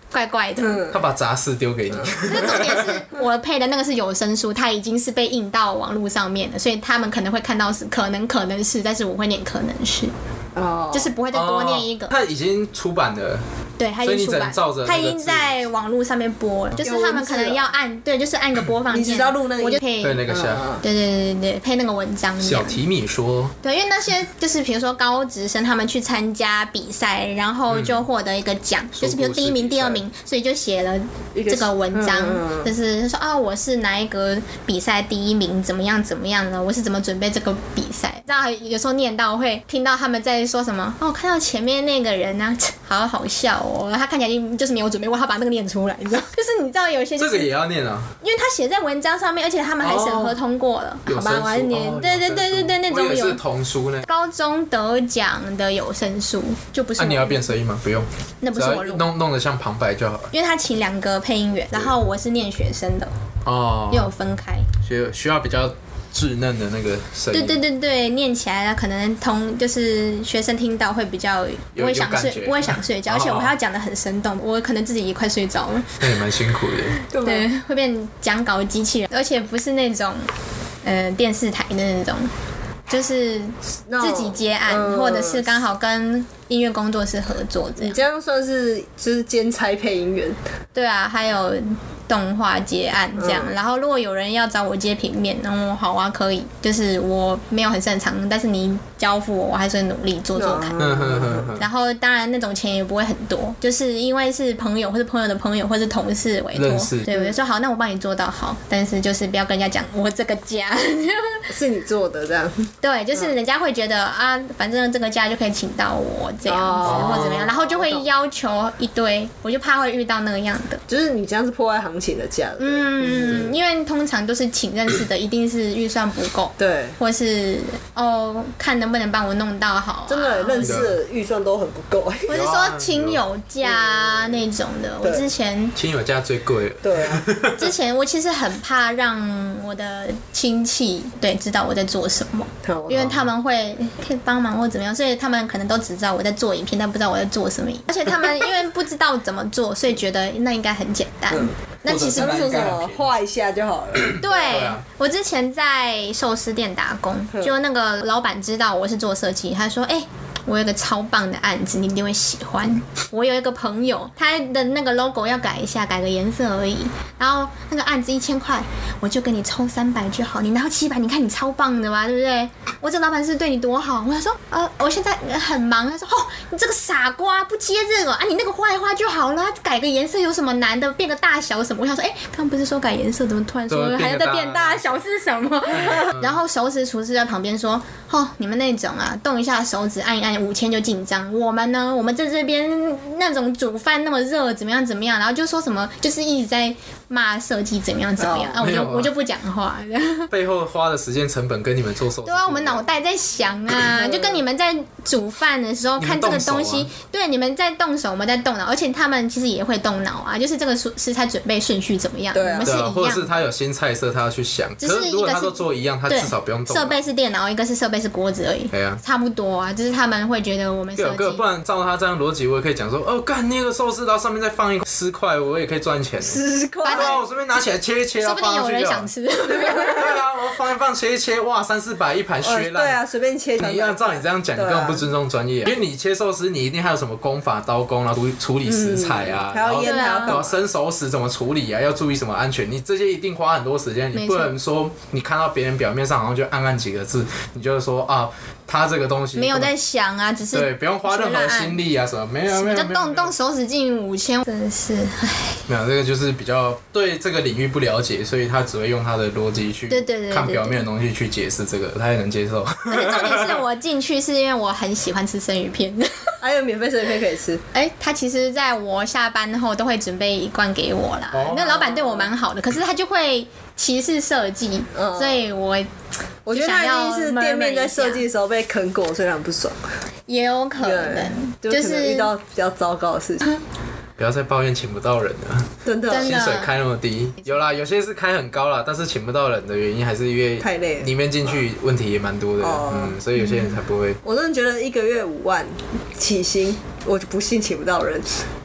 怪怪的。 他把杂事丢给你， 可是重点是我配的那个是有声书，它已经是被印到网络上面的，所以他们可能会看到是可能是，但是我会念可能是，就是不会再多念一个。 他已经出版了。 对，他已经出版，他已经在网络上面播了，就是他们可能要按，对，就是按个播放键， 你只要录那个， 我就配对那个下， 对，配那个文章。 小提米说， 对，因为那些就是比如说高职生，他们去参加比赛，然后就获得一个奖，就是比如第1名、第2名，所以就写了这个文章，就是说啊，我是哪一个比赛第1名，怎么样的，我是怎么准备这个比赛。然后有时候念到会听到他们在说什么，哦，看到前面那个人啊，好笑哦，他看起来就是没有准备过，他把那个念出来，你知道？就是你知道有些、就是、 这个也要念啊， 因为他写在文章上面，而且他们还审核通过了，好吧？我还是念，对，那种有童书呢， 高中得奖的有声书就不是。 你要变声音吗？不用， 那不是我录， 弄得像旁白就好了。 因为他请2个配音员，然后我是念学生的哦， 又有分开， 需要比较稚嫩的那个声音， 对，念起来可能就是学生听到会比较不会想睡觉，而且我还要讲得很生动，我可能自己也快睡着了， 那也蛮辛苦的， 对，会变讲稿机器人，而且不是那种电视台的那种，就是自己接案，或者是刚好跟音乐工作室合作这样。 你这样算是就是兼差配音员？ 对啊，还有动画接案这样，然后如果有人要找我接平面，好啊，可以，就是我没有很擅长，但是你交付我还是会努力做看。然后当然那种钱也不会很多，就是因为是朋友或者朋友的朋友或是同事委托，对，我就说好，那我帮你做到好，但是就是不要跟人家讲我这个家是你做的这样。 对，就是人家会觉得啊，反正这个家就可以请到我这样子，或怎么样，然后就会要求一堆，我就怕会遇到那个样的， 就是你这样是破坏行情的价。 因为通常都是请认识的，一定是预算不够， 对， 或是看能不能帮我弄到好， 真的认识的预算都很不够。 我是说亲友价那种的，我之前亲友价最贵了， 对啊， 之前我其实很怕让我的亲戚知道我在做什么，因为他们会可以帮忙或怎么样，所以他们可能都只知道我在做影片，但不知道我在做什么，而且他们因为不知道怎么做，所以觉得那应该很简单。那其实他们说什么画一下就好了。 对，我之前在寿司店打工，就那个老板知道我是做设计，他说我有一个超棒的案子，你一定会喜欢。我有一个朋友，他的那个 logo 要改一下，改个颜色而已。然后那个案子1000块，我就给你抽300就好，你拿到700，你看你超棒的吧，对不对？我这老板是对你多好。我想说，我现在很忙。他说，你这个傻瓜，不接这个啊，你那个画一画就好了，改个颜色有什么难的？变个大小什么？我想说，刚不是说改颜色，怎么突然说还要再变大小是什么？然后熟食厨师在旁边说，你们那种啊，动一下手指按一按5000就紧张，我们呢，我们在这边那种煮饭那么热，怎么样，然后就说什么，就是一直在骂设计怎么样，我就不讲话。 背后花的时间成本跟你们做手， 对啊，我们脑袋在想啊，就跟你们在煮饭的时候看这个东西，对，你们在动手，我们在动脑，而且他们其实也会动脑啊，就是这个食材准备顺序怎么样，我们是一样， 或者是他有新菜色，他要去想， 只是如果他都做一样，他至少不用动。 设备是电脑，一个是设备是锅子而已，差不多啊，就是他们会觉得我们设计， 不然照他这样逻辑，我也可以讲说，干那个寿司，然后上面再放一10块，我也可以赚钱。 10块， 对啊，我随便拿起来切一切， 说不定有人想吃。 对啊，我放一放，切一切，哇，300-400一盘削烂。 对啊，随便切。 你要照你这样讲，你根本不尊重专业，因为你切寿司，你一定还有什么功法、刀工啊，处理食材啊， 还要腌，还要搞生熟食怎么处理啊，要注意什么安全，你这些一定花很多时间。你不能说你看到别人表面上好像就按几个字，你就说啊，他这个东西没有在想啊，只是对，不用花任何心力啊什么，没有， 就动手指进5000，真的是， 没有，这个就是比较对这个领域不了解，所以他只会用他的逻辑去看表面的东西去解释这个，他也能接受。 而且重点是我进去是因为我很喜欢吃生鱼片， 还有免费生鱼片可以吃。 他其实在我下班后都会准备1罐给我啦。那老板对我蛮好的，可是他就会歧视设计，所以我觉得他一定是店面在设计的时候被坑过，所以很不爽。 也有可能， 就是遇到比较糟糕的事情。 不要再抱怨请不到人了， 真的， 薪水开那么低，有啦，有些是开很高啦，但是请不到人的原因还是因为太累了， 里面进去问题也蛮多的，所以有些人才不会。 我真的觉得1个月5万起薪，我就不信请不到人。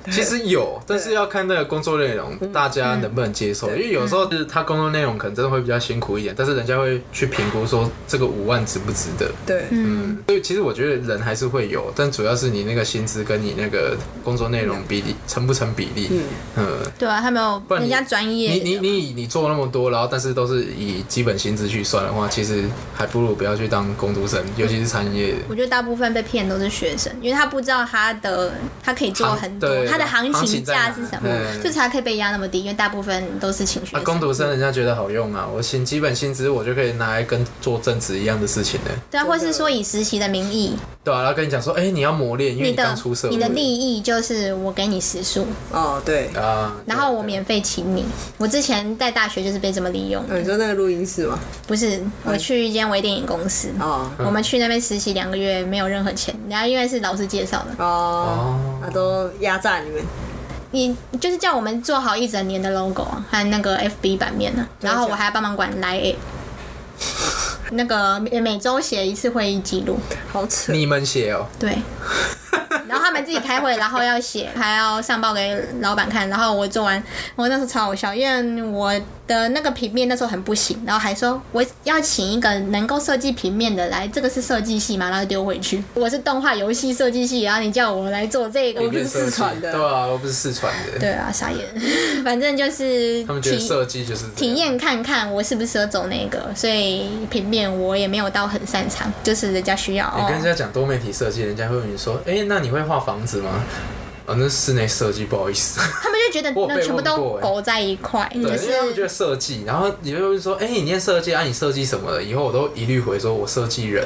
其实有，但是要看那个工作内容，大家能不能接受。因为有时候是他工作内容可能真的会比较辛苦一点，但是人家会去评估说这个5万值不值得。 对， 所以其实我觉得人还是会有，但主要是你那个薪资跟你那个工作内容比例成不成比例。 对啊，他没有人家专业。 你做那么多，然后但是都是以基本薪资去算的话，其实还不如不要去当工读生，尤其是餐饮业。 我觉得大部分被骗都是学生，因为他不知道他可以做很多，他的行情价是什么，就才可以被压那么低。因为大部分都是请学生。 工读生人家觉得好用啊，我请基本薪资，我就可以拿来跟做正职一样的事情呢。 对啊，或是说以实习的名义。 对啊，然后跟你讲说，你要磨练，因为你刚出社会。 你的利益就是我给你时数。 哦，对啊， 然后我免费请你。我之前在大学就是被这么利用。 你说那个录音室吗？ 不是，我去一间微电影公司。我们去那边实习2个月，没有任何钱，然后因为是老师介绍的。 他都压榨你们。 你就是叫我们做好一整年的 logo 啊，和那个 FB 版面啊，然后我还要帮忙管 Line， 那个每周写一次会议记录。 好扯。 你们写哦？ 对。然后他们自己开会，然后要写，还要上报给老板看。然后我做完，我那时候超好笑，因为我的那个平面那时候很不行，然后还说我要请一个能够设计平面的来，这个是设计系嘛，然后丢回去。我是动画游戏设计系，然后你叫我来做这个， 我不是四川的。 对啊，我不是四川的。 对啊，傻眼。反正就是他们觉得设计就是体验看看我适不适合走那个，所以平面我也没有到很擅长，就是人家需要。 你跟人家讲多媒体设计，人家会问你说，那你会画房子吗？那室内设计，不好意思。 他们就觉得那全部都勾在一块， 对，因为他们觉得设计，然后你就会说，你念设计啊，你设计什么的？以后我都一律回说我设计人。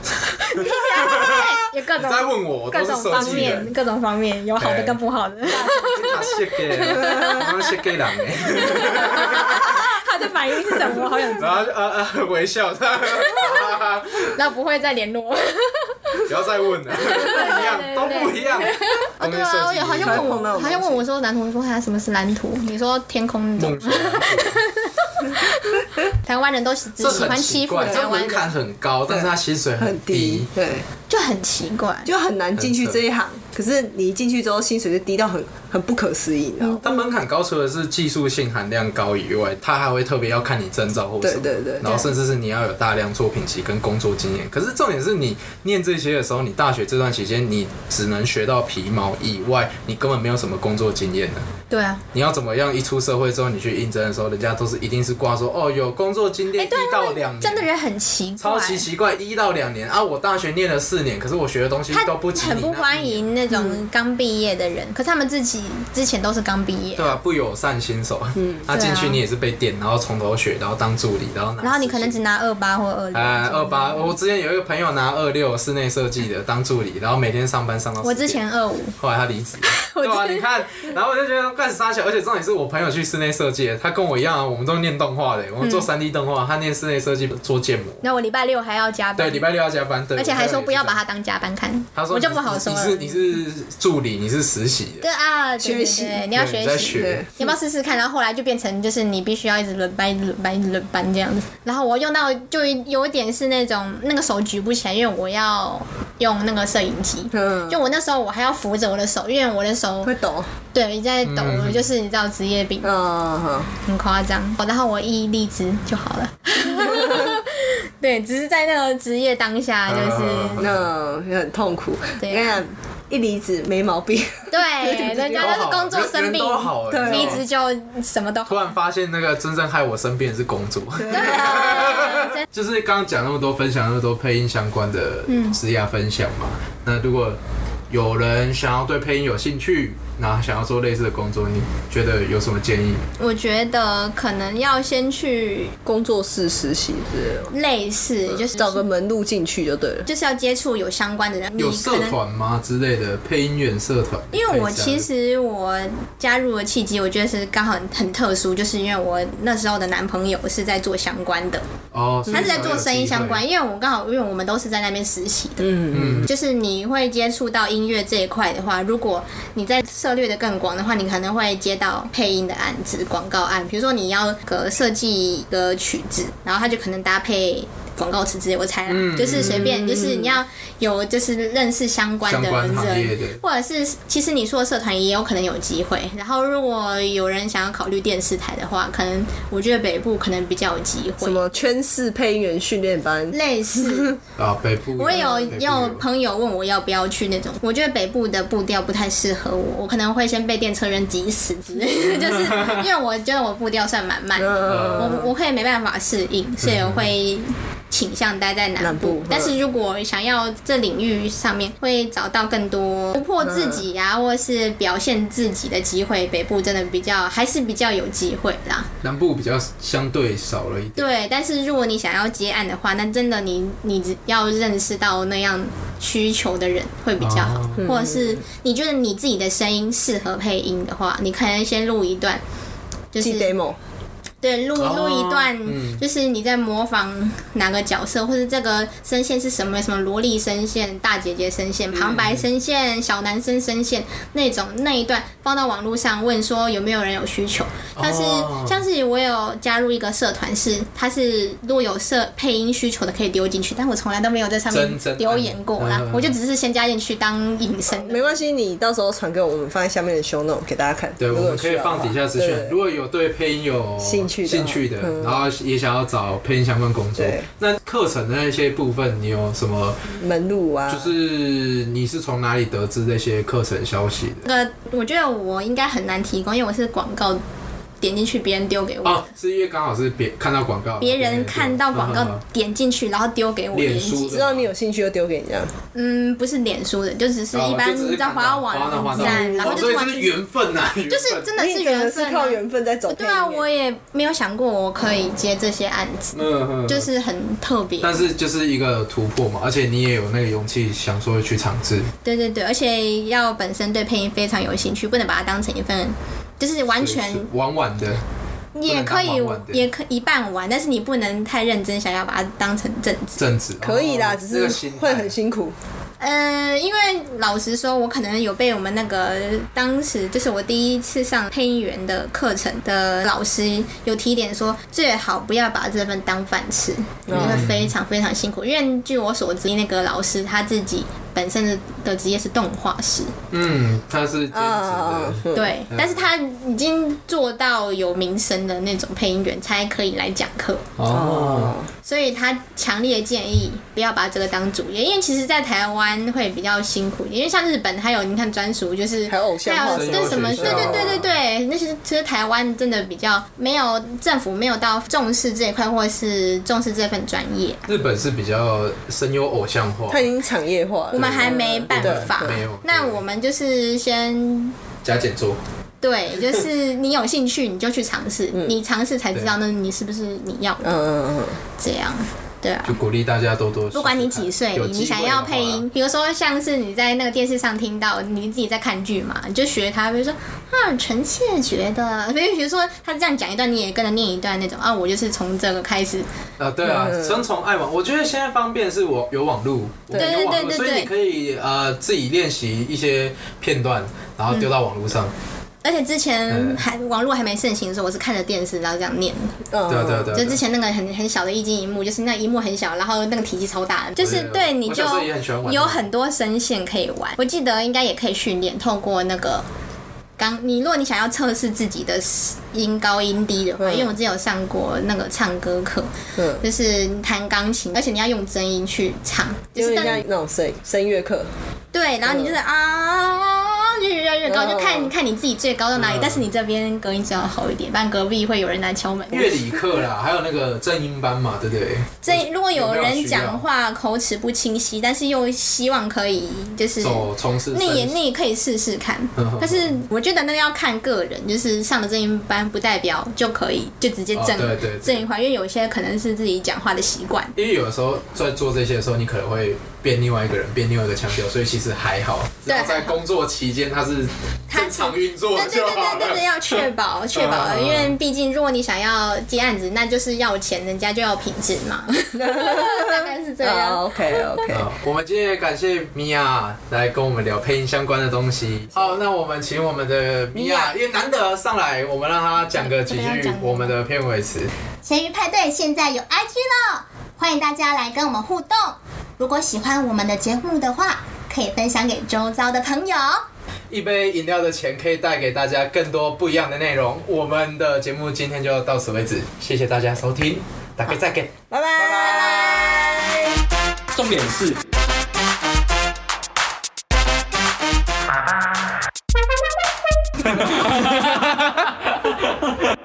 有各种， 你在问我， 各种方面，各种方面有好的跟不好的。 他写给，我写给人哎。 他的反应是什么？好想知道。 然后微笑， 然后不会再联络。 不要再问了，不一样，都不一样。 对啊，好像问我说蓝图，说他什么是蓝图？你说天空那种。台湾人都只喜欢欺负台湾人， 这门槛很高，但是他薪水很低， 对， 就很奇怪， 就很难进去这一行。可是你一进去之后，薪水就低到很不可思议，你知道吗？ 但门槛高，除了是技术性含量高以外，他还会特别要看你证照或什么， 对， 然后甚至是你要有大量作品集跟工作经验。可是重点是你念这些的时候，你大学这段期间你只能学到皮毛以外，你根本没有什么工作经验的。 对啊， 你要怎么样？一出社会之后，你去应征的时候，人家都是一定是挂说有工作经验1到2年， 真的人很奇怪， 超级奇怪，1到2年啊！我大学念了4年，可是我学的东西都不及你， 很不欢迎那种刚毕业的人。可是他们自己之前都是刚毕业， 对啊，不友善新手。他进去你也是被电，然后从头学，然后当助理，然后你可能只拿28或26。 28，我之前有一个朋友拿26室内设计的当助理，然后每天上班上到10点。 我之前25， 后来他离职。对啊，你看，然后我就觉得干啥小，而且重点是我朋友去室内设计的，他跟我一样啊，我们都念动画的，我们做3D 动画，他念室内设计做建模。 那我礼拜6还要加班。 对，礼拜6要加班，对。 而且还说不要把它当加班看。 他说我就不好说了。 你是助理，你是实习的。 对啊， 学习， 你要学习，你要不要试试看？然后后来就变成就是你必须要一直轮班这样子。然后我用到就有一点是那种那个手举不起来，因为我要用那个摄影机。就我那时候我还要扶着我的手，因为我的手会抖。 对，在抖，就是你知道职业病，很夸张。然后我一离职就好了。对，只是在那个职业当下，就是很痛苦。 对， 一离职没毛病。 对，人家就是工作生病，离职就什么都好。 突然发现那个真正害我生病的是工作。 对， 就是刚刚讲那么多，分享那么多配音相关的职业分享嘛。那如果有人想要对配音有兴趣，那想要做类似的工作，你觉得有什么建议？ 我觉得可能要先去工作室实习之类的， 类似就是找个门路进去就对了。 就是要接触有相关的人。 有社团吗之类的？配音员社团？ 因为我其实我加入的契机，我觉得是刚好很特殊，就是因为我那时候的男朋友是在做相关的。他是在做声音相关，因为我们都是在那边实习的。就是你会接触到音乐这一块的话，如果你在涉猎的更广的话，你可能会接到配音的案子、广告案，比如说你要设计一个曲子，然后它就可能搭配广告词之类，我猜啦，就是随便，就是你要有就是认识相关的人，或者是其实你说的社团也有可能有机会。然后如果有人想要考虑电视台的话，可能我觉得北部可能比较有机会。 什么圈式配音员训练班类似啊，北部我有朋友问我要不要去那种，我觉得北部的步调不太适合我可能会先被电车人挤死之类的，就是因为我觉得我步调算蛮慢的，我会没办法适应，所以我会倾向待在南部。但是如果想要这领域上面会找到更多突破自己啊，或是表现自己的机会，北部真的还是比较有机会啦。 南部比较相对少了一点。 对，但是如果你想要接案的话，那真的你只要认识到那样需求的人会比较好，或者是你觉得你自己的声音适合配音的话，你可能先录一段，就是 demo。 对，录一段，就是你在模仿哪个角色，或者这个声线是什么萝莉声线、大姐姐声线、旁白声线、小男生声线那一段放到网络上，问说有没有人有需求。像是我有加入一个社团，它是如果有配音需求的可以丢进去，但我从来都没有在上面留言过啦，我就只是先加进去当引声。 没关系，你到时候传给我们，放在下面的 show note 给大家看。 对，我们可以放底下资讯。如果有对配音有兴趣的，然后也想要找配音相关工作，那课程的那些部分，你有什么门路啊？ 就是你是从哪里得知这些课程消息的？ 我觉得我应该很难提供，因为我是广告点进去，别人丢给我。 哦，是因为刚好是看到广告， 别人看到广告点进去，然后丢给我链接， 知道你有兴趣就丢给你这样。 不是脸书的，就只是一般你在滑网站，然后就所以是缘分啊， 就是真的是缘分， 是靠缘分在走。 对啊，我也没有想过我可以接这些案子，就是很特别。 但是就是一个突破嘛，而且你也有那个勇气想说去尝试。 对对对，而且要本身对配音非常有兴趣，不能把它当成一份。就是完全玩的， 也可以一半玩，但是你不能太认真，想要把它当成正职。 可以啦，只是会很辛苦。 因为老实说，我可能有被我们那个当时就是我第一次上配音员的课程的老师有提点说，最好不要把这份当饭吃，你会非常非常辛苦。因为据我所知，那个老师他自己本身的职业是动画师， 他是兼职的， 对，但是他已经做到有名声的那种配音员才可以来讲课所以他强烈建议不要把这个当主业，因为其实在台湾会比较辛苦，因为像日本还有你看专属就是还有偶像化， 对什么对，那其实台湾真的比较没有政府没有到重视这一块，或是重视这份专业。 日本是比较声优偶像化， 它已经产业化了， 我们还没办法， 没有。 那我们就是先加减做。 对，就是你有兴趣你就去尝试，你尝试才知道那你是不是你要的，这样。对啊， 就鼓励大家多多试试看， 不管你几岁，你想要配音，比如说像是你在那个电视上听到，你自己在看剧嘛，你就学他，比如说臣妾觉得，比如说他这样讲一段，你也跟着念一段那种啊，我就是从这个开始。 对啊，从爱网，我觉得现在方便是我有网路， 对， 所以你可以自己练习一些片段，然后丢到网络上。 而且之前网络还没盛行的时候，我是看着电视然后这样念的。对。 就之前那个很小的液晶萤幕，就是那萤幕很小，然后那个体积超大的，就是对你就有很多声线可以玩。我记得应该也可以训练，透过那个如果你想要测试自己的音高音低的话，因为我之前有上过那个唱歌课，就是弹钢琴，而且你要用真音去唱， 就是像那种声乐课。 对，然后你就是越来越高，就看你自己最高到哪里，但是你这边隔音最好好一点，不然隔壁会有人来敲门。 乐理课啦，还有那个正音班嘛，对不对？ 如果有人讲话口齿不清晰，但是又希望可以就是从事， 那也可以试试看。但是我觉得那个要看个人，就是上了正音班不代表就可以就直接正音化，因为有些可能是自己讲话的习惯。 因为有的时候在做这些的时候，你可能会变另外一个人，变另外一个腔调，所以其实还好。只要在工作期间它是正常运作就好了。 对，要确保，因为毕竟如果你想要接案子，那就是要钱，人家就要品质嘛。大概是这样。 OK。 我们今天也感谢米娅来跟我们聊配音相关的东西。好，那我们请我们的米娅，因为难得上来，我们让她讲个几句我们的片尾词。 咸鱼派对现在有 IG 了。 欢迎大家来跟我们互动。如果喜欢我们的节目的话，可以分享给周遭的朋友。 一杯饮料的钱可以带给大家更多不一样的内容。我们的节目今天就到此为止，谢谢大家收听，大家再见， 拜拜。 重点是